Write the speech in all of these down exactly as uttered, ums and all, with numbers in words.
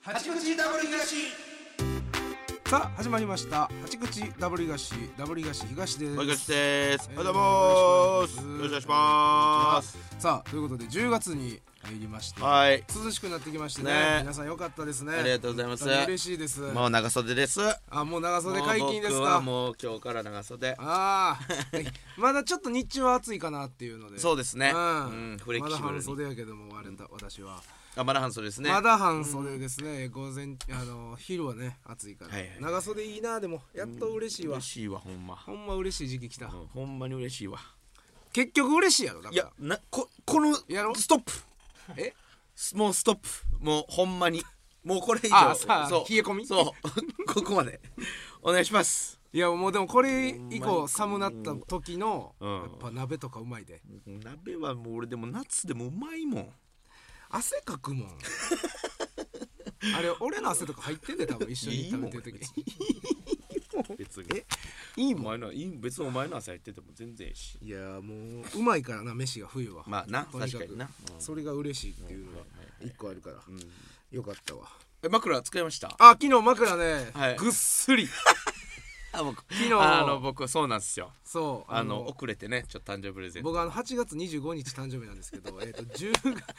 八口ダブル東。 さあ始まりました八口ダブル東ダブル東東です。 東です。 えーおはようございます。よろしくお願いします。 さあということでじゅうがつに入りまして、 はい、 涼しくなってきまして ね, ね皆さん良かったですね。 ありがとうございます。 嬉しいです。 もう長袖です。 あ、もう長袖解禁ですか。 僕はもう今日から長袖。 ああまだちょっと日中は暑いかなっていうので。 そうですね、 うんうん、フレキまだシブルに。 半袖やけども、あれだ私はあ、まだ半袖ですね。 まだ半袖ですね、うん、午前あの昼はね暑いから、 はいはい、 長袖いいな。でもやっと嬉しいわ、 うん、嬉しいわ。ほんまほんま嬉しい時期来た、 うん、ほんまに嬉しいわ。 結局嬉しいやろ。だからいやな、ここのやろストップえもうストップ、もうほんまにもうこれ以上。 あさあそう冷え込みそうここまでお願いします。 いやもうでもこれ以降寒なった時の、 うん、 やっぱ鍋とかうまいで。 鍋はもう俺でも夏でもうまいもん。 汗かくもんあれ俺の汗とか入ってんで多分一緒に食べてる時に別にえいいもん。 お前のいい別にお前の汗入ってても全然いいし。 いやもううまいからな飯が冬は。 まあな、 とにかく確かにな、うん、 それが嬉しいっていうのがうん、 一個あるから、 うん、 よかったわ。 え、枕使いました？ あ、昨日枕ね、 はい、 ぐっすりあ、僕昨日あの僕はそうなんですよ。 そうあの遅れてね、ちょっと誕生日プレゼント。 僕あのはちがつにじゅうごにち誕生日なんですけどえと 10,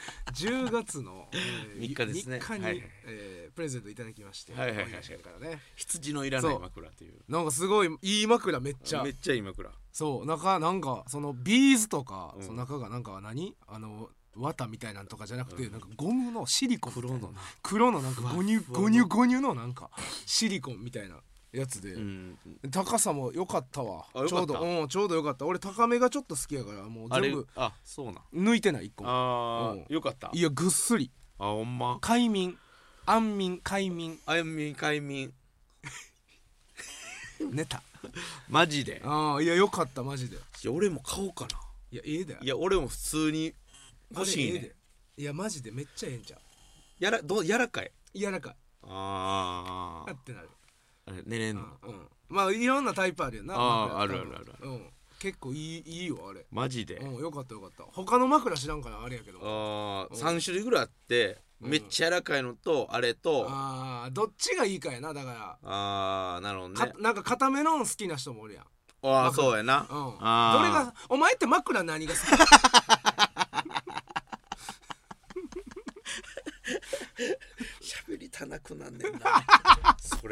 10月の、えー、 みっかですね。 みっかに、 はいはい、 えー、プレゼントいただきまして、 はいはいはい、 からね、 羊のいらない枕っていう。 なんかすごいいい枕。めっちゃめっちゃいい枕。 そう中なんかそのビーズとか、 うん、 その中がなんか何あの綿みたいなんとかじゃなくて、うん、なんかゴムのシリコン黒の黒のなんかゴニュゴニュゴニュのなんかシリコンみたいなやつで、うん、高さも良かったわ。ちょうど、うん、ちょうど良かった。俺高めがちょっと好きやからもう全部あ、そうなん抜いてない。いっこも。 あ、うん、よかった。 いやぐっすり。 あ、ほんま。 快眠安眠快眠安眠快眠寝たマジで。 ああ、いやよかったマジで。いや俺も買おうかな。 いやええだよ。 いや俺も普通に欲しいね。 いやマジでめっちゃええんちゃう。 やらどう柔らかい。 柔らかい。 ああってなる。 あれ寝れんの。 うん、うん、まあいろんなタイプあるよな。 ああ、あるあるある、 うん、結構いいいいよあれマジで。 うん、よかったよかった。他の枕知らんからあれやけど。 ああ、さん種類ぐらいあって、うん、めっちゃ柔らかいのとあれと、 ああどっちがいいかやな。だからああなるほどね。 なんか固めの好きな人もおるやん。 ああそうやな、 うん、あどれがお前って枕何が好き喋りたなくなんねんなそれ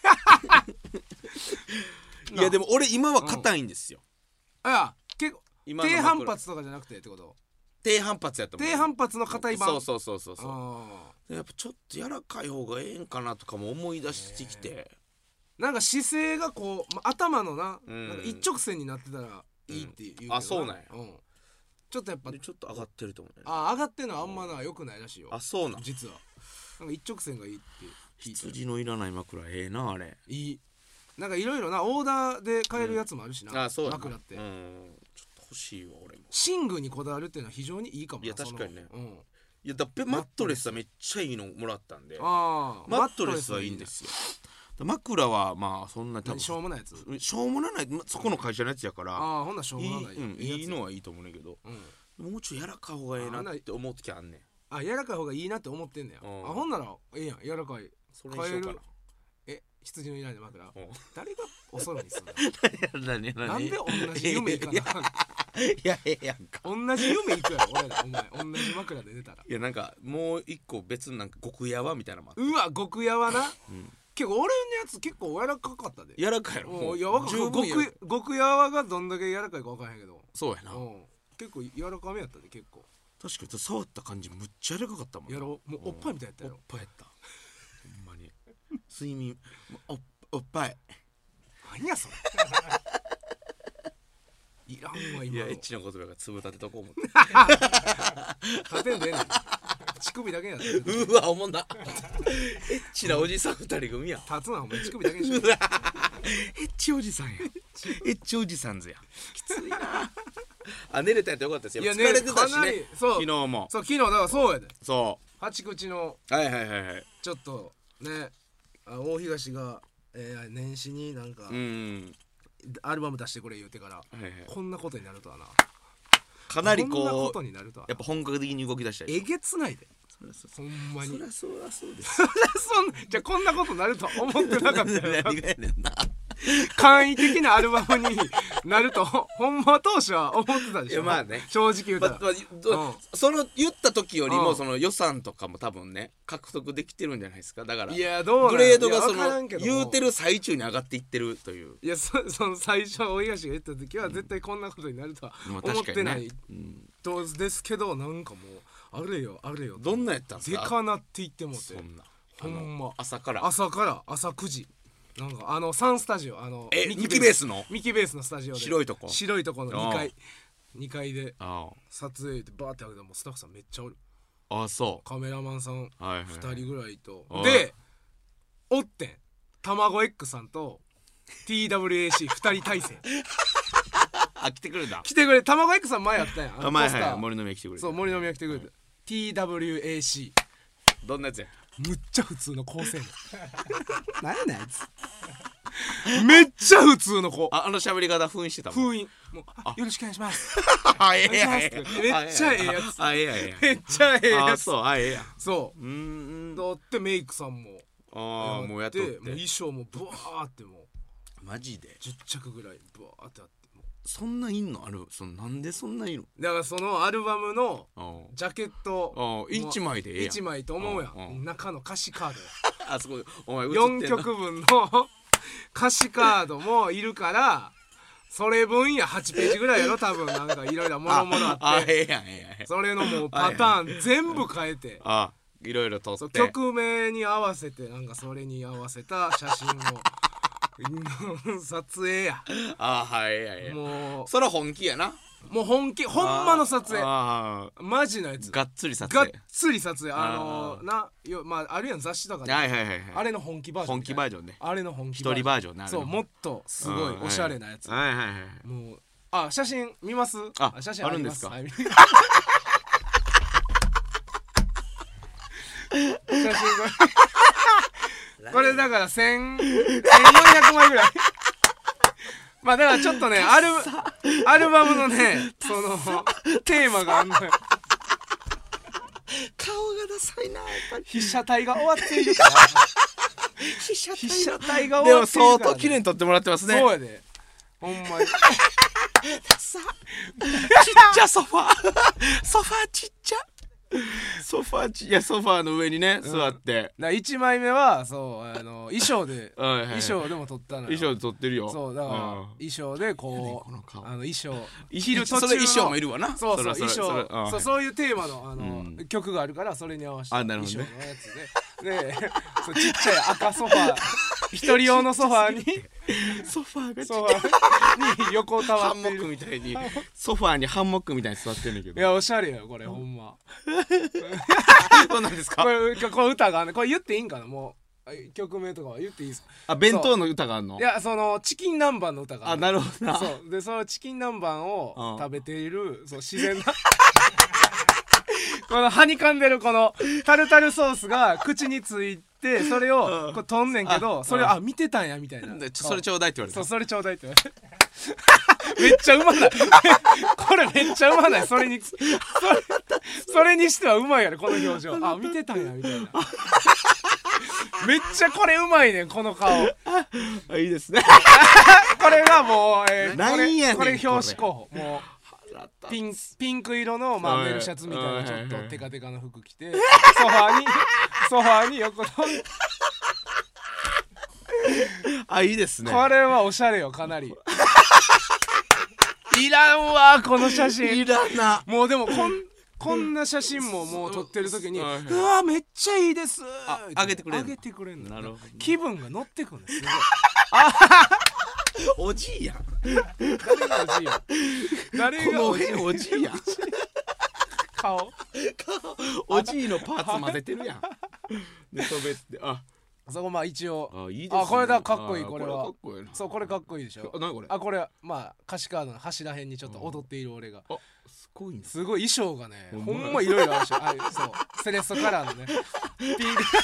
いやでも俺今は硬いんですよ、 うん、あ結構低反発とかじゃなくてってこと。 低反発やと思う。 低反発の硬い版。 そうそうそうそうそうやっぱちょっと柔らかい方がええんかなとかも思い出してきて、 なんか姿勢がこう、ま、頭のな、 うん、 なんか一直線になってたらいいっていうけど、うん、 あそうなんや、 うん、ちょっとやっぱちょっと上がってると思うね。 あ上がってんのはあんまな良くないらしいよ。 あそうなん。 実はなんか一直線がいいって聞いて。 羊のいらない枕ええなあれ。 いい。なんかいろいろなオーダーで買えるやつもあるしな、うん、 あそう枕って、 うん、ちょっと欲しいわ俺も。 寝具にこだわるっていうのは非常にいいかもな。 いや確かにね、 うん、 いやだってマットレスはめっちゃいいのもらったんで。 あマットレスはいいんですよ。枕はまあそんな多分しょうもないやつ。 しょうもないそこの会社のやつやから、 ああほんなしょうもないいい、うん、いいのはいいと思うねんけど、うん、もうちょい柔らかい方がええなって思う時あんねん。 あ柔らかい方がいいなって思ってんねや、うん、あほんならええやん柔らかい。 それにしようかな。 え羊のいらない枕、うん、誰がおそろにすんの何何なんで同じ夢いかな。 いやええやんか。 同じ夢いくやろ俺らお前同じ枕で寝たら。 いやなんかもう一個別のなんか極やわみたいなのもあって。 うわ極やわな、うん、結構俺のやつ結構柔らかかったで。 柔らかいやろ。もういやわかる。極極やわがどんだけ柔らかいか分からへんけど。 そうやな、 うん、結構柔らかめやったで結構。 確かに触った感じむっちゃ柔らかかったもん。 やろもうおっぱいみたいやったやろ。 おっぱいやったほんまに睡眠お, おっぱい何やそれいらんわ今の。 いやエッチな言葉がつぶ立てとこう思って立てんでええねん乳首だけやった。 うわおもんなエッチなおじさん二人組や。 立つなお前乳首だけにしろ。 エッチおじさんやエッチおじさんずやきついなあ寝れたやったらよかったですよ。疲れてたしね。 そう昨日もそう昨日だからそうやで。 そう八口のはいはいはいはいちょっとねあ大東が、えー、年始になんか、うん、アルバム出してくれ言うてから、はいはい、こんなことになるとはな。 かなりこうこんなことになるとはやっぱ本格的に動き出したり。 えげつないでそりゃそうほんまにそりゃそりゃそうですそりゃそんじゃあこんなことなるとは思ってなかったよ何がやねんな簡易的なアルバムになるとほんま当初は思ってたでしょ。 いやまあね正直言うたら、 ままうんその言った時よりうんもその予算とかも多分ね獲得できてるんじゃないですか。だからいやどうなんグレードがそいやわからんけのども言うてる最中に上がっていってるという。 いや そ, その最初大東が言った時は絶対こんなことになるとはまあ思っ確かにねてないうんとですけど、なんかもうあれよあれよどんなやったんすでかかなっていってもってそんなほんま朝から朝から朝くじなんかあのサンスタジオあのえミキベースのミキベースのスタジオで白いとこ白いとこのにかいにかいであ撮影でバーってあげたらもうスタッフさんめっちゃおる。 ああそカメラマンさんうはいはいふたりぐらいとおいでおってんたまご X さんと ティーダブリューエーシーふたり対戦あ来てくれた来てくれたまご X さん前やったやんあのあ前ポスターはい森の宮来てくれたそう森の宮来てくれた ティーダブリューエーシーどんなやつやむっちゃ普通の高青年何やねんあいつめっちゃ普通の子ああの喋り方封印してたもん封印もうあよろしくお願いしますあええやんめっちゃええやつあええやんええやんめっちゃええあやつそうあええやんそううーんだってメイクさんもああもうやっとってもう衣装もブワーってもうマジでじゅっちゃくぐらいブワーってあってもそんないんのあるそのなんでそんないんのうだからそのアルバムのあジャケットあ一枚でええやんいちまいと思うやうんうんん中の歌詞カードやあそこお前映ってよんんのきょくぶんの歌詞カードもいるからそれ分やはちページぐらいやろ多分なんかいろいろもろもろああってええやんええやんそれのもうパターン全部変えてあいろいろ撮そうって曲名に合わせてなんかそれに合わせた写真を撮影やあはいはいはいもそれは本気やなうもう本気ほんまの撮影ああマジのやつがっつり撮がっ影つり撮影あのあーなよまああるやん雑誌とかではいはいはいはいあれの本気バージョン本みたいな気バージョンねあれの本気一人バージョンなそうもっとすごいおしゃれなやつはいはいはいもうあ写真見ますあ写真あるんですかありますはい写真これこれだからせんよんひゃくまいぐらいまあだからちょっとねアルアルバムのねそのテーマがあんのよ顔がダサいなやっぱり被写体が終わっているから被写被写体がでも終わっているから、ね、 相当綺麗に撮ってもらってますねそうやでほんまにちっちゃソファーソファーちっちゃソファーちいやソファーの上にね、うん、座ってだいちまいめはそうあの衣装ではいはい、 衣装でも撮ったのよ衣装で撮ってるよそうだから、うん、衣装でこう、 この顔あの衣装着る途中のそれ衣装もいるわなそうそうそれ衣装それそうそういうテーマのあの、 うん、 曲があるからそれに合わせてあなるほど、 衣装ね、 のやつででそうちっちゃい赤ソファー一人用のソファーにソファーがちっちソファーに横たわハンモってるックみたいにソファーにハンモックみたいに座ってるんだけどいやおしゃれよこれほんまそうなんですかこれこれ歌があるこれ言っていいんかなもう曲名とかは言っていいですかあ弁当の歌があるのいやそのチキン南蛮の歌があるあなるほどなそうでそのチキン南蛮を食べているそう自然なこのはにかんでるこのタルタルソースが口についてそれをこうとんねんけどそれをあ見てたんやみたいなそれちょうだいって言われたそうそれちょうだいって言われてめっちゃうまないこれめっちゃうまないそれにそれそれにしてはうまいやろこの表情あ見てたんやみたいなめっちゃこれうまいねんこの顔あいいですねこれがもう、えー、 何やねんこれこれ表紙候補もうピンスピンク色の、まあ、 はいメルシャツみたいなちょっはいとテカテカの服着てソファーにソファーに横のあいいですねこれはおしゃれよかなりいらんわこの写真いらなもうでもこんこんな写真ももう撮ってる時に「うはいわめっちゃいいです」 ああげてくれんのあげてくれんのなるほど気分が乗ってくんですすおじいやんごい誰がおじいや誰このがおじい辺おじいやん顔おじいのパーツ混ぜてるやんで飛べってあそこまあ一応あいいですねあこれだかっこいいあこれはかっこいいなそうこれかっこいいでしょあ何これあこれまあ歌詞カードの柱辺にちょっと踊っている俺があすごいんですすごい衣装がねほんまほんまいろいろあるしあそうセレッソカラーのねピンク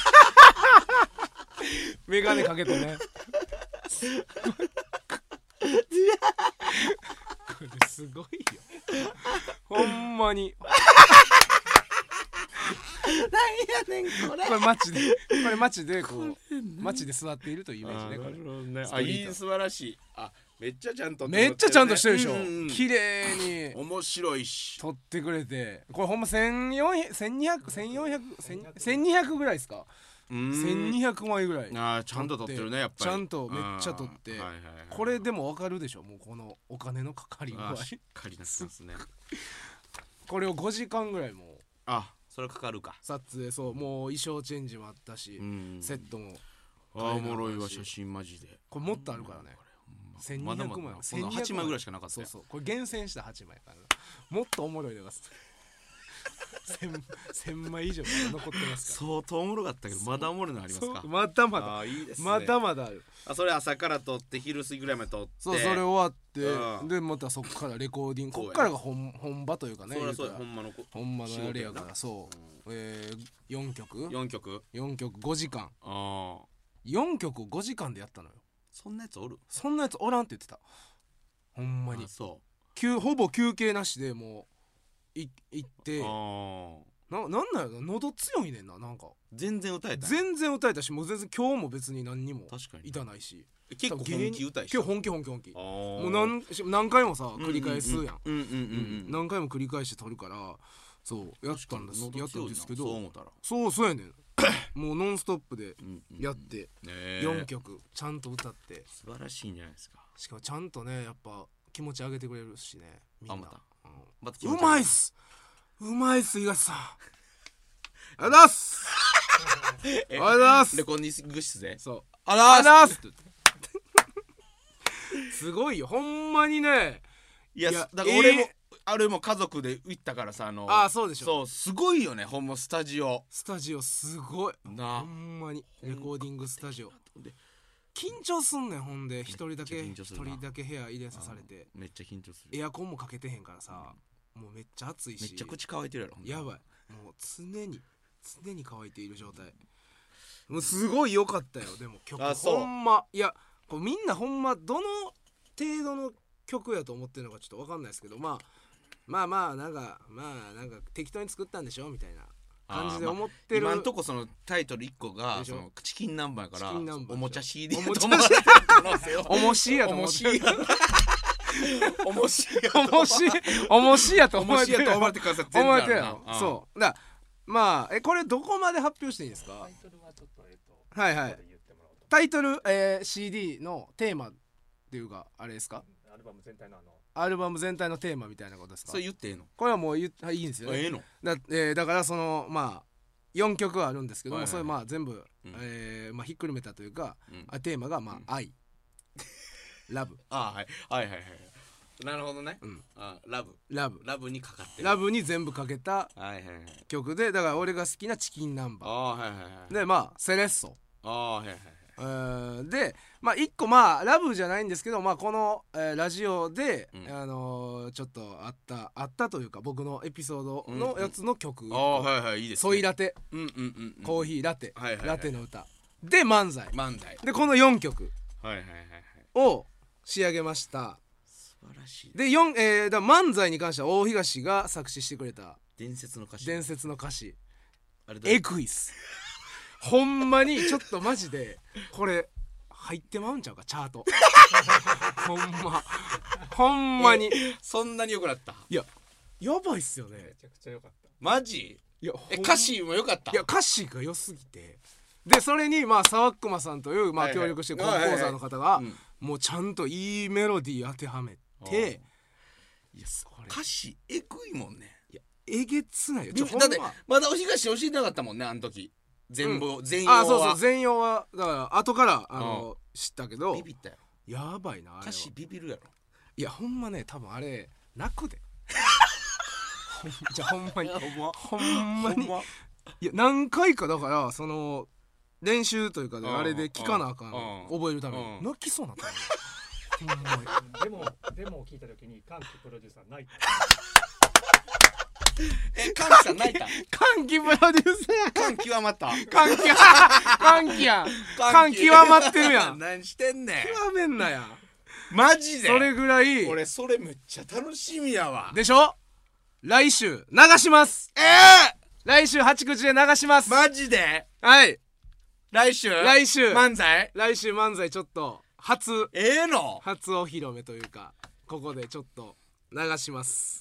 メガネかけてねこれすごいよほんまにやねんこれこれ街でこれ街でこう街で座っているというイメージね。これねあいい素晴らしい。あめっちゃちゃんとめっちゃちゃんとしてるでしょ、 うんうんうん、 綺麗に面白いし撮ってくれて、これほんませんよんひゃく、せんにひゃく、せんよんひゃく、せんにひゃくぐらいですか。せんにひゃくまいぐらいあちゃんと撮ってるねやっぱりちゃんとめっちゃ撮って、はいはいはい、これでも分かるでしょもうこのお金のかかり具合しっかりなってますねこれをごじかんぐらいもうあそれかかるか撮影そうもう衣装チェンジもあったし、うん、セットもあおもろいわ写真マジでこれもっとあるからね、うん、せんにひゃくまい、まだまだこのはちまいぐらいしかなかった。 そうそうこれ厳選したはちまいからもっとおもろいのがせんまい以上残ってますから相当おもろかったけどまだおもろいのありますか。 まだまだあいいですね、 まだまだある。 あそれ朝から撮って昼過ぎぐらいまで撮ってそうそれ終わって、うん、でまたそこからレコーディングこっからが 本, 本場というかね。 そりゃそうやほんまのほんまのやれやからそう、うん、えー、よんきょくよんきょくよんきょくごじかんあよんきょくをごじかんでやったのよ。 そんなやつおるそんなやつおらんって言ってたほんまに。 そうほぼ休憩なしでもうい行ってあな, なんなんやろ喉強いねんな。なんか全然歌えた全然歌えたしもう全然今日も別に何にもいたないし結構本気歌いし今日本気本気本気もう 何, 何回もさ繰り返すやん何回も繰り返して撮るからそうやったんですやったんですけどそう思ったらそうそうやねんもうノンストップでやってよんきょくちゃんと歌って素晴らしいんじゃないですか。 しかもちゃんとねやっぱ気持ち上げてくれるしねみんな。 あまた、うんま、 うまいっすうまいっす東さんありがとうございますありがとうございますレコーディング室でそうありがとうございますすごいよほんまにね。 いやだから俺も、えー、あれも家族で行ったからさあのあそうでしょそうすごいよねほんまスタジオスタジオすごいなほんまにレコーディングスタジオ緊張すんねん。ほんで一人だけ一人だけ部屋入れさされてめっちゃ緊張する。 エアコンもかけてへんからさ、うん、もうめっちゃ暑いしめっちゃ口乾いてるやろやばいもう常に常に乾いている状態もうすごい良かったよ。でも曲ほんまいやこうみんなほんまどの程度の曲やと思ってるのかちょっと分かんないですけど、まあ、まあまあなんかまあなんか適当に作ったんでしょみたいな感じで思ってる、 まあ、今んとこそのタイトルいっこがそのチキン南蛮やからおもちゃ シーディーおもちゃおもしやと思っておもしやおもしおもしやと思って思われてください。全部あるな。 そうだまあえこれどこまで発表していいんですか。 タイトルはちょっとえっとはいはいタイトル、えー、シーディー のテーマっていうかあれですか。 アルバム全体のあのアルバム全体のテーマみたいなことですか。 それ言ってええの。 これはもう言っいいんですよね。 ええのだ,、えー、だからそのまあよんきょくあるんですけども、はいはい、それまあ全部、うんえーまあ、ひっくるめたというか、うん、テーマがまあ、うん、愛ラブあ、はい、はいはいはいなるほどね、うん、あラブラブラブにかかってるラブに全部かけた曲でだから俺が好きなチキンナンバーあ、はいはいはい、 でまあセレッソあ、はいはいえー、でまあ一個まあラブじゃないんですけど、まあ、この、えー、ラジオで、うんあのー、ちょっとあったあったというか僕のエピソードのやつの曲、 うんうん、あはいはいいいですね。 ソイラテ、 うんうんうんうん、 コーヒーラテ、 はいはいはい、 ラテの歌で漫才漫才でこのよんきょくはいはいはいを仕上げました。 素晴らしいでよん、えー、だ漫才に関しては大東が作詞してくれた伝説の歌詞伝説の歌詞あれエグいっすほんまにちょっとマジでこれ入ってまうんちゃうかチャートほんまほんまにそんなに良くなった。 いややばいっすよね。 めちゃくちゃ良かった。 マジいやえ歌詞も良かった。 いや歌詞が良すぎてでそれにまあ沢熊さんというまあ協力してるコンポーザーの方がもうちゃんといいメロディー当てはめていや歌詞エグいもんね。 いやえげつないよ。だってまだお東教えてなかったもんねあの時全部、うん、全容はあそうそう全容はだから後からあの知ったけどビビったよ。 やばいなあれ歌詞ビビるやろ。 いやほんまね多分あれ泣くでじゃあほんまにほんまにいや何回かだからその練習というかであれで聞かなあかん覚えるために泣きそうなったでもデモを聞いた時に歓喜プロデューサー泣いたえ歓喜さん泣いた歓喜プロデューサー歓喜極まった歓喜歓喜や歓喜極まってるやん何してんねん極めんなやマジでそれぐらい俺それめっちゃ楽しみやわでしょ。来週流します。 ええ来週八口で流します。 マジではい来週来週漫才来週漫才ちょっと初ええの初お披露目というかここでちょっと流します。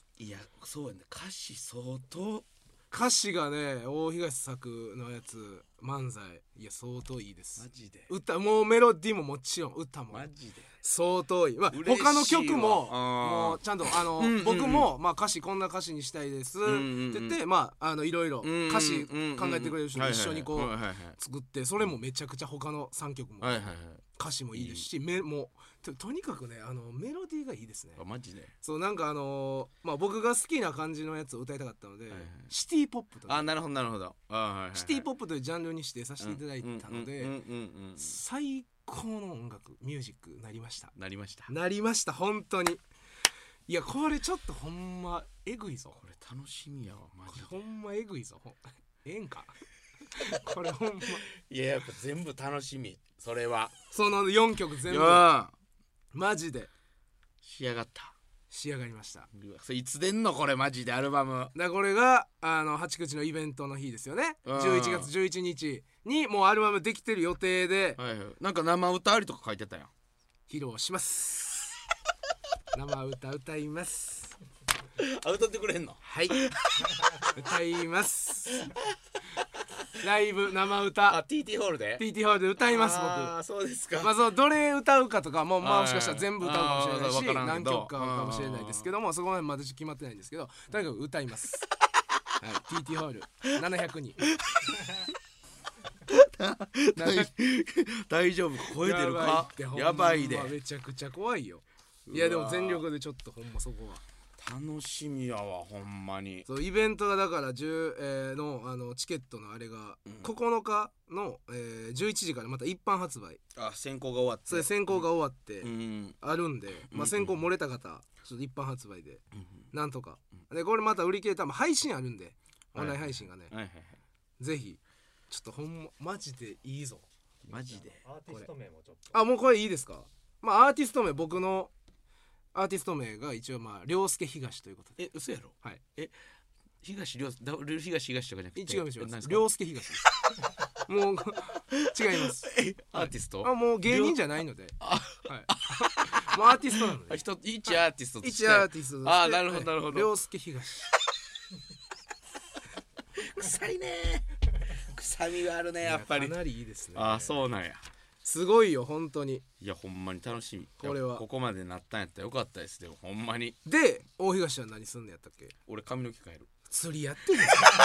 いやそうやね歌詞相当歌詞がね大東作のやつ漫才いや相当いいです。 マジで歌もうメロディーももちろん歌もマジで相当いい、まあ、 嬉しいわ他の曲もあーもうちゃんとあの、 うんうんうん僕も、まあ、歌詞こんな歌詞にしたいですってんうんうん言って、まあ、あのいろいろ歌詞うんうんうん考えてくれる人と一緒にこうはいはいはい作ってそれもめちゃくちゃ他のさんきょくもはいはいはい歌詞もいいですしめもう と, とにかくねあのメロディーがいいですね。 あマジでそうなんかあのー、まあ僕が好きな感じのやつを歌いたかったので、 はいはいシティポップとかあなるほどなるほどあ、はいはいはい、 シティポップというジャンルに指定させていただいたので、 うんうんうんうんうん最高の音楽ミュージックなりましたなりましたなりました本当に。いやこれちょっとほんまえぐいぞ。 これ楽しみやわマジでほんまえぐいぞ。ほんええんかこれほんまいややっぱ全部楽しみそれはそのよんきょく全部いやマジで仕上がった仕上がりました。 うわそれいつ出んのこれマジでアルバムだからこれがあの八口のイベントの日ですよね。 うんじゅういちがつじゅういちにちにもうアルバムできてる予定ではいはいなんか生歌ありとか書いてたやん披露します生歌歌いますあ歌ってくれんのはい歌いますライブ生歌あ ティーティー ホールでティーティー ホールで歌います僕。 ああそうですかまあ、そのどれ歌うかとかも、まあ、もしかしたら全部歌うかもしれないしあーわからんけど何曲かかもしれないですけどもそこまでまだ決まってないんですけどとにかく歌いますはい、ティーティー ホールななひゃくにん大丈夫超えてるかやばいでめちゃくちゃ怖いよ。いやでも全力でちょっとほんまそこは楽しみやわほんまにそうイベントがだからじゅう、えー、の, あのチケットのあれがうんここのかの、えー、じゅういちじからまた一般発売あ選考が終わってそれ選考が終わってうんあるんで、 うんまあ、選考漏れた方ちょっと一般発売でうんなんとかでこれまた売り切れたら配信あるんでオンライン配信がね、 はいはいはいぜひちょっとほんまマジでいいぞ。 マジでアーティスト名もちょっとあもうこれいいですか。まあアーティスト名僕のアーティスト名が一応まあ涼介東ということでえ嘘やろはいえ東涼だ東東とかじゃなくて違います違いますえ何ですか涼介東ですもう違いますアーティストあもう芸人じゃないのであはいもうアーティストなので一一アーティストとして一アーティストとしてあーなるほどなるほど涼介東臭いね臭みがあるねやっぱりかなりいいですね。 あそうなんやすごいよ本当に。 いやほんまに楽しみこれはここまでなったんやったらよかったですでもほんまにで大東は何すんのやったっけ。 俺髪の毛変える釣りやってる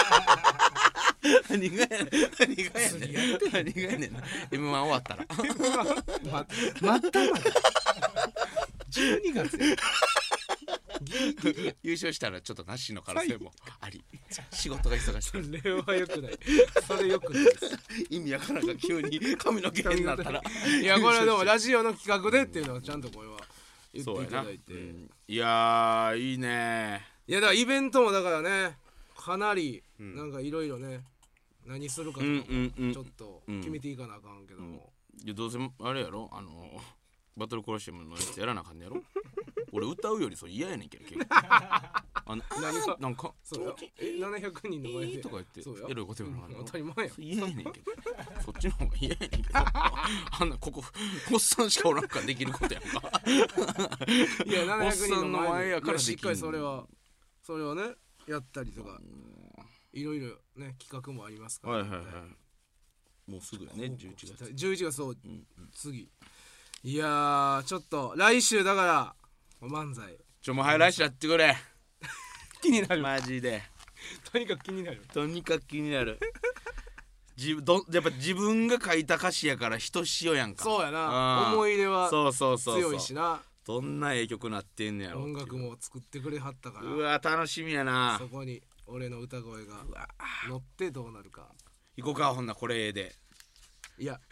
何がやねん何がやねん釣りやって何がやねんな エムワン 終わったらままたまだじゅうにがつやギリギリや優勝したらちょっとなしの可能性もあり仕事が忙しいそれはよくないそれよくないです意味わからんが急に髪の毛になったらいやこれでもラジオの企画でっていうのはちゃんとこれは言ってそうやな、 いただいて、 うんいやーいいねいやだからイベントもだからねかなりうんなんかいろいろね何するかとうんかうんうんちょっと決めていかなあかんけども、 いやどうせあれやろあのバトルコロシアムのやつやらなあかんねやろ俺歌うよりそれ嫌やねんけど結構あな何がなんかそうやえななひゃくにんの前でとか言ってそうやエロいこと言うのあんの当たり前やそれ嫌やねんけどそっちの方が嫌やねんけどあんなここおっさんしかおらんからできることやんかいやななひゃくにんのおっさんの前前やからできんしっかりそれはそれをねやったりとかいろいろね企画もありますから、 はいはいはいもうすぐやねじゅういちがつじゅういちがつそううんうん次いやーちょっと来週だから漫才ちょもう早来週やってくれ気になるマジでとにかく気になるとにかく気になる自分どやっぱ自分が書いた歌詞やからひとしおやんかそうやなうん思い入れはそうそうそうそう強いしなどんなええ曲なってんねやろ音楽も作ってくれはったからうわ楽しみやなそこに俺の歌声がうわ乗ってどうなるか行こうかほんなこれでいや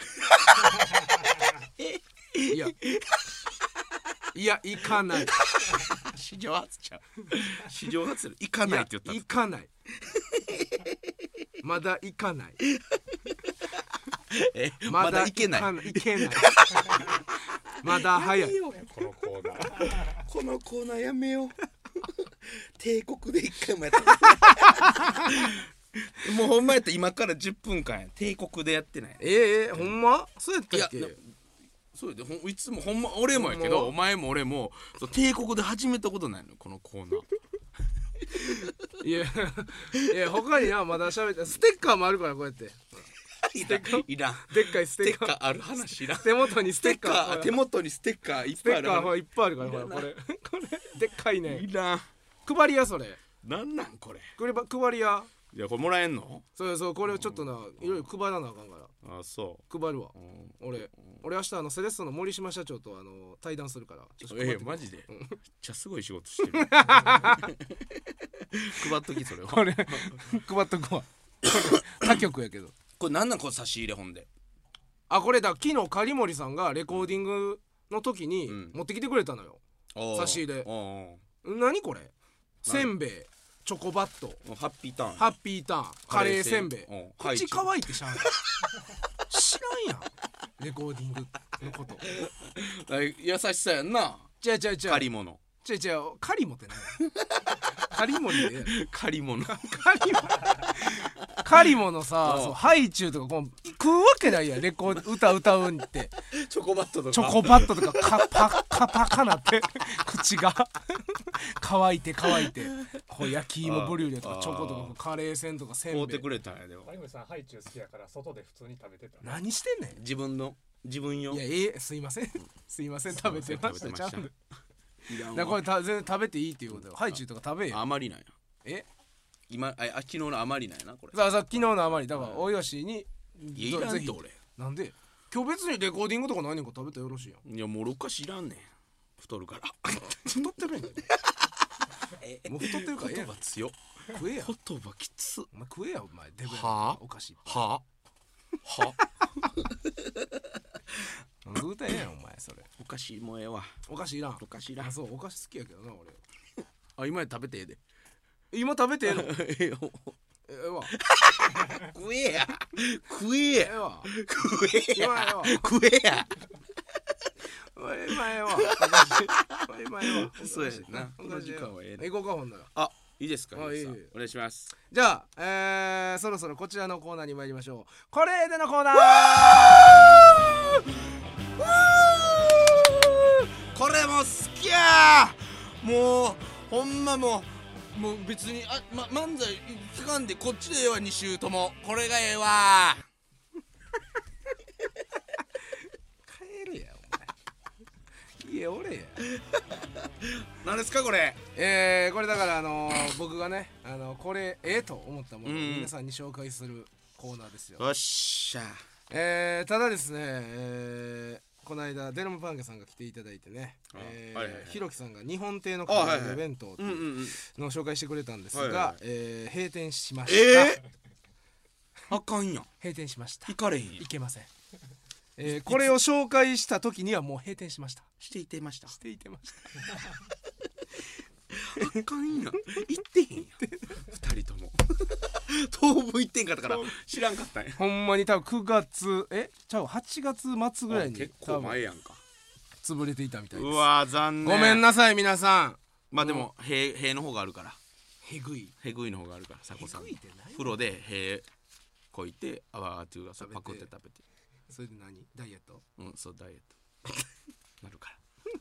いやいや行かない史上初ちゃう史上初行かないって言ったいや行かないまだ行かないえまだ行けない行けないまだ早いこのコーナーこのコーナーやめよう帝国で一回もやったほんまやったら今からじゅっぷんかんや帝国でやってない。 えええほんまそうやったっけ。 いやそうでほんいつもほんま俺もやけどお前も俺もそう帝国で始めたことないのこのコーナー。 いやいや他になまだ喋ってステッカーもあるからこうやっていらんいらんでっかいスステテッカーッカーある話いらん。 手元にスステッカテッカーー手元にステッカーいっステぱいある話ッカーほらいっぱいあるからほらこれこれでっかいねいらん。 配りやそれなんなんこれ。 これば配りやいやこれもらえんの。 そうそうこれをちょっとないろいろ配らなあかんからあそ配るわう、うん俺俺明日あのセレッソの森島社長とあの対談するからちょっと配えってえマジでうんめっちゃすごい仕事してる。配っときそれは。 これ配っとくわこれ他局やけどこれなんなんこの差し入れほんで。 あこれだ昨日狩森さんがレコーディングの時にうん持ってきてくれたのよ、 おー差し入れお何これせんべいチョコバットーハッピーターン。 ハッピーターンカレーせんべいうん口乾いてしゃあない知らんやんレコーディングのこと優しさやんな。 違う違う違う借り物。 違う違う狩りもってない狩り森で借り物。 狩りも狩りものさうんそうハイチュウとかこう食うわけないやんレコー歌歌うんってチョコバットとか。 チョコバットとかカパカパカなって口が乾いて乾いてこう焼き芋ブリュレとかチョコとかカレーせんとかせんべい買うてくれたんやでも。 有森さんハイチュウ好きやから外で普通に食べてた。 何してんねん自分の自分よ。 いやええすいませんすいません食べてましたちゃんとだかいらんわらこれた全然食べていいっていうことよハイチュウとか食べえよ余りなんや。 え今ああ昨日の余りなんやなこれ。 さあさ昨日の余りだから大吉にいやいらんぜひって俺。 なんで今日別にレコーディングとか何か食べたらよろしいやんいやもう俺お菓子いらんねん。太るから。 太ってるやんもう太ってるからええやん言葉強っ。 食えや言葉きつ。 お前食えやお前デブやはあお菓子ははなんで歌えやんお前それお菓子もええわ。 お菓子いらんお菓子いらんあ。そうお菓子好きやけどな俺あ今や食べてええで。 今食べてええのええよええわ食えや食えやええわ食え今ええわや食えや。 今ええわお菓子今ええわそうやなお菓子この時間はええね。 行こうかほんならあいいですか。 あいい皆さんお願いします。 じゃあ、えー、そろそろこちらのコーナーに参りましょう。これでのコーナーこれも好きや。もうほんまもうもう別にあ、ま、漫才聞かんでこっちでええわに週ともこれがええわ。 帰るやお前家おれや何ですかこれ。 えー、これだからあのー、僕がねあのこれええと思ったものをうん皆さんに紹介するコーナーですよ。 よっしゃ。 えー、ただですね、えー、この間デルムパンゲさんが来ていただいてね、 あえはいはいはいー、ひろきさんが日本亭のあはいはいカレー弁当ってうんうんいううん。 のを紹介してくれたんですが、 はいはいはいえー、閉店しました、 えー、あかんやん。 閉店しました行かれへんやんい。けません、えー、これを紹介した時にはもう閉店しましたしていてました。 していてましたあかんやん。行ってへんやん。二人とも。当分行ってんかったから知らんかったんや。 ほんまに多分くがつえちゃうはちがつ末ぐらいに結構前やんか。 潰れていたみたいですうわー残念。 ごめんなさい皆さんまあでも塀塀の方があるから。 へぐいへぐいの方があるから佐古さんへぐいって何風呂で塀こいてあわーっていうか食べてパクって食べてそれで何ダイエットうんそうダイエットなるから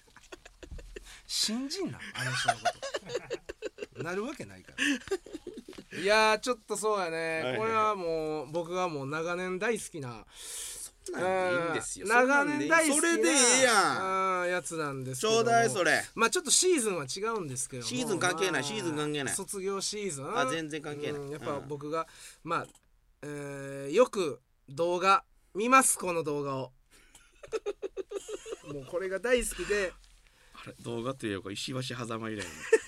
信じんなあの人のことなるわけないからいやーちょっとそうやね、 はいはいはいこれはもう僕がもう長年大好きななんでいいんですよ。 長年大好きなそれでええやん。 んやつなんですちけどもょうだいそれ。 まあちょっとシーズンは違うんですけどもシーズン関係ないまあシーズン関係ない卒業シーズンあ全然関係ないうんやっぱうん僕がまあ、えー、よく動画見ますこの動画をもうこれが大好きであれ動画というか石橋狭間以来の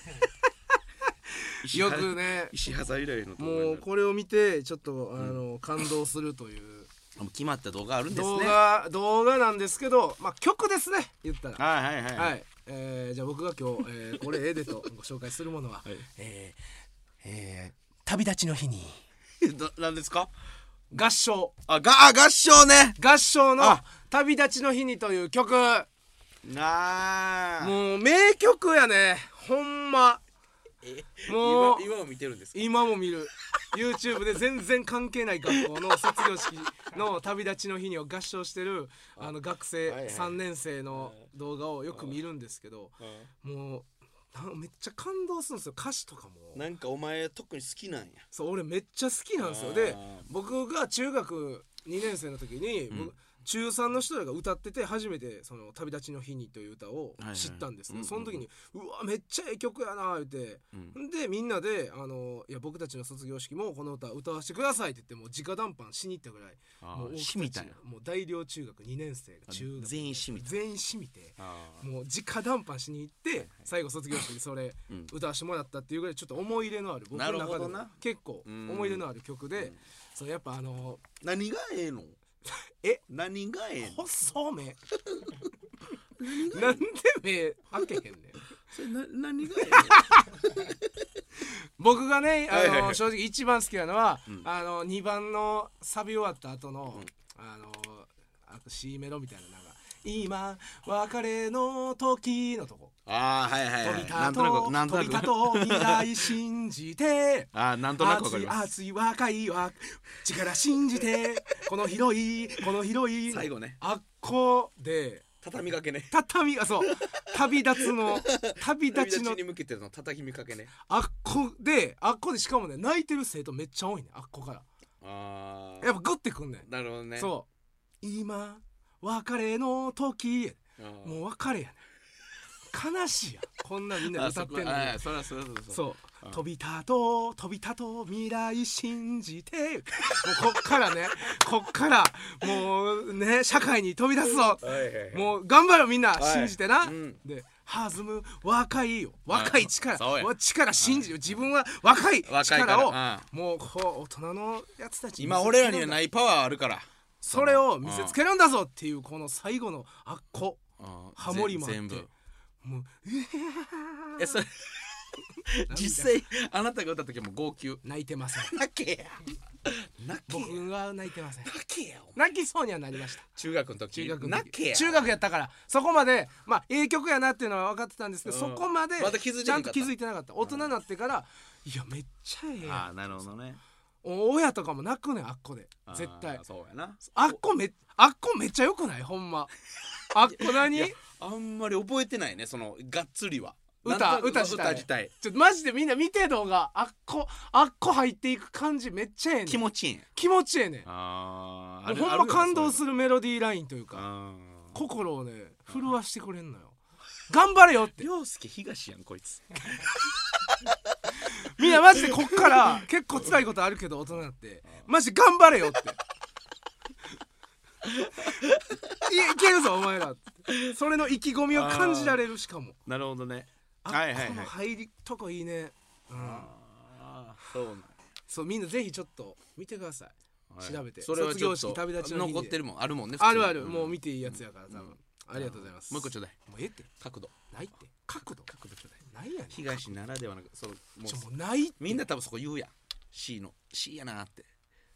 よくね石橋以来の動画もうこれを見てちょっとあの、感動するというもう決まった動画あるんです動ね。 画動画なんですけどまあ曲ですね言ったらはいはいはいはい、えー、じゃあ僕が今日、えー、これええでとご紹介するものは、 はいえーえー、旅立ちの日にななんですか。 合唱あがあ合唱ね。 合唱のあ旅立ちの日にという曲なあもう名曲やねほんまえもう今今も見てるんですか？ 今も見るYouTube で全然関係ない学校の卒業式の旅立ちの日にを合唱してるあの学生はいはいさんねん生の動画をよく見るんですけど、もうなめっちゃ感動するんですよ。歌詞とかもなんかお前特に好きなんや。 そう俺めっちゃ好きなんですよ。で僕が中学にねん生の時に、 うん僕中さんの人らが歌ってて初めてその旅立ちの日にという歌を知ったんです、 はいはいその時にうわめっちゃええ曲やなーってうんでみんなであのいや僕たちの卒業式もこの歌歌わせてくださいって言ってもう直談判しに行ったぐらいあーもうしみたんや。 もう大寮中学にねん生が中学全員しみた。 全員しみてあもう直談判しに行って最後卒業式でそれーうん歌わせてもらったっていうぐらいちょっと思い入れのある僕のなるほ中でもどな結構うん思い入れのある曲でうんそうやっぱあの何がええの？ え何がええの？ 細目なんで目開けへんねんそれな何がえ僕がねあの、 はいはいはい正直一番好きなのは、 うんあのにばんのサビ終わった後の、 うんあのあと C メロみたいななんか今別れの時のとこえの？ああはいはいはい。 飛びたなんとなくとなんとなく。 飛びたと未来信じてあーなんとなくわか熱いります。 熱い若いわ力信じてこの広いこの広い最後ねあっこで畳みかけね。 畳がそう旅立つの旅旅立ちの立ちに向けての叩きかけね。 あっこであっこでしかもね泣いてる生徒めっちゃ多いねあっこからああ。 やっぱグッてくんねん、 なるほどね。 そう今別れの時あーもう別れやねん悲しいやんこんなみんなで歌ってんのにあそこあーそらそらそらそら。 そううん飛びたと飛びたと未来信じてもうこっからねこっからもうね社会に飛び出すぞはいはいはい。 もう頑張ろうみんなはい信じてな、 うんで弾む若いよ若い力そうやわ力信じる自分は若い若いから力をうんもうこう大人のやつたちに今俺らにはいないパワーあるから。 それを見せつけるんだぞっていうこの最後のあっこうんハモリもあって全部。 もうえそれ実際あなたが歌った時も号泣。 泣いてません泣けや。泣けや。 僕は泣いてません泣けや。お前泣きそうにはなりました中学の時。 中学の泣けや。 時中学やったからそこまでまあええ曲やなっていうのは分かってたんですけど、 うんそこまでまだ気づいてちゃなんかったと気づいてなかった大人になってからいやめっちゃええやんああなるほどね。 お親とかも泣くねんあっこで絶対あーそうやな。 あっこめあっこめっちゃよくないほんまあっこ何いやあんまり覚えてないねそのがっつりは。 歌なんとなく歌自体歌自体ちょっとマジでみんな見て動画あっこあっこ入っていく感じめっちゃええねん気持ちいいんや。 気持ちええねんあもうほんま感動する。 るメロディーラインというかあ心をね震わしてくれんのよ頑張れよってあ。涼介東やんこいつ。 みんなマジでこっから結構辛いことあるけど大人になってマジ頑張れよっていいけるぞお前らってそれの意気込みを感じられるしかもなるほどね。 あ、 はいはいはいこの入りとこいいね、うん、 ああそうなんや。 そうみんなぜひちょっと見てくださいはい調べてそれはちょっ卒業式と旅立ちの日に残ってるもんあるもんね。 あるある、 普通にもう見ていいやつやから多分、ありがとうございます。 もう一個ちょうだい。 もうええって角度。 ないって角度角度ちょうだいないやねん東ならではのそのもちょもううないってみんな多分そこ言うやん。C の C やなって。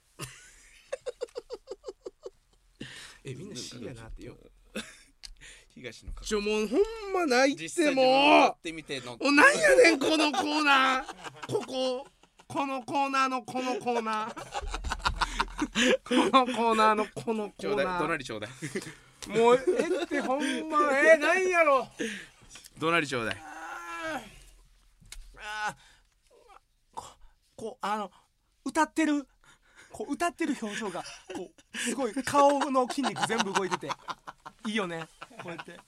えみんな C やなってよ東の角度。 ちょもうほんまないって実際も自分歌うってみての。 おなんやねんこのコーナーこここのコーナーのこのコーナーこのコーナーのこのコちょうだい。 ーナー隣ちょうだい。 もうえってほんまえなんやろ隣ちょうだい。 あーあーここうあの歌ってるこう歌ってる表情がこうすごい顔の筋肉全部動いてていいよねこうやって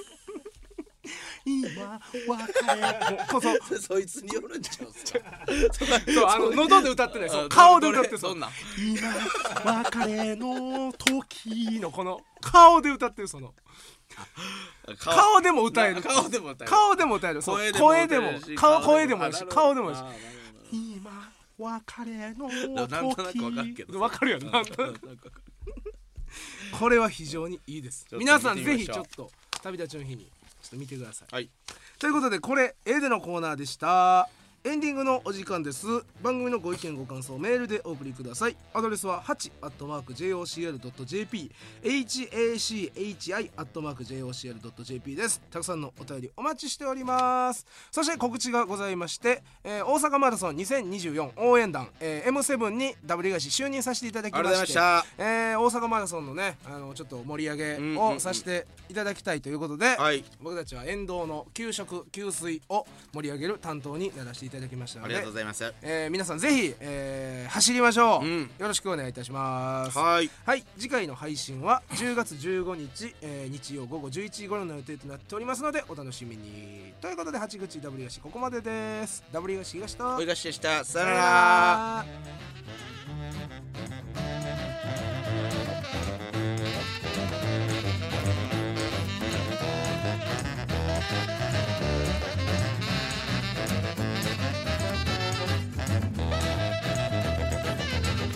今別れこそそいつによるんちゃうっすか。 そうあの喉で歌ってないそうあ顔で歌ってそうどれそんなん。 今別れの時のこの顔で歌ってるその顔でも歌える顔でも歌える。 顔でも歌えるそう声でも声でも歌えるし顔声でもいいしあ顔でもいいしあなるほど今別れのなんとなくわかるけ時どわかるやろなんとなくなんかこれは非常にいいですちょっと皆さんぜ見てみましょうひちょっと旅立ちの日にちょっと見てくださいはい。 ということでこれ絵でのコーナーでしたエンディングのお時間です。番組のご意見ご感想メールでお送りください。アドレスははち アットマーク ジェイオーシーエル ドット ジェーピー エイチ エー シー エイチ アイ アットマーク ジェイオーシーエル ドット ジェーピー です。たくさんのお便りお待ちしております。そして告知がございまして、えー、大阪マラソンにせんにじゅうよん応援団、えー、エムセブン にダブル東就任させていただきまして、 ありがとうございました。 えー、大阪マラソンのねあのちょっと盛り上げをさせていただきたいということで、 はい、 僕たちは沿道の給食給水を盛り上げる担当にならせていただきましたので、 ありがとうございます。 えー、皆さんぜひ、えー、走りましょう、 うん、 よろしくお願いいたします。 はい、 はい、次回の配信はじゅうがつじゅうごにち、えー、日曜午後じゅういちじ頃の予定となっておりますのでお楽しみに。ということで八口 ダブリュー 東ここまでです。 ダブリュー 東東とおいがしでした。さよなら。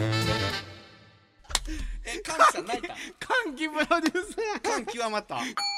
え、歓喜さん泣いた。 歓喜プロデューサー感極まった。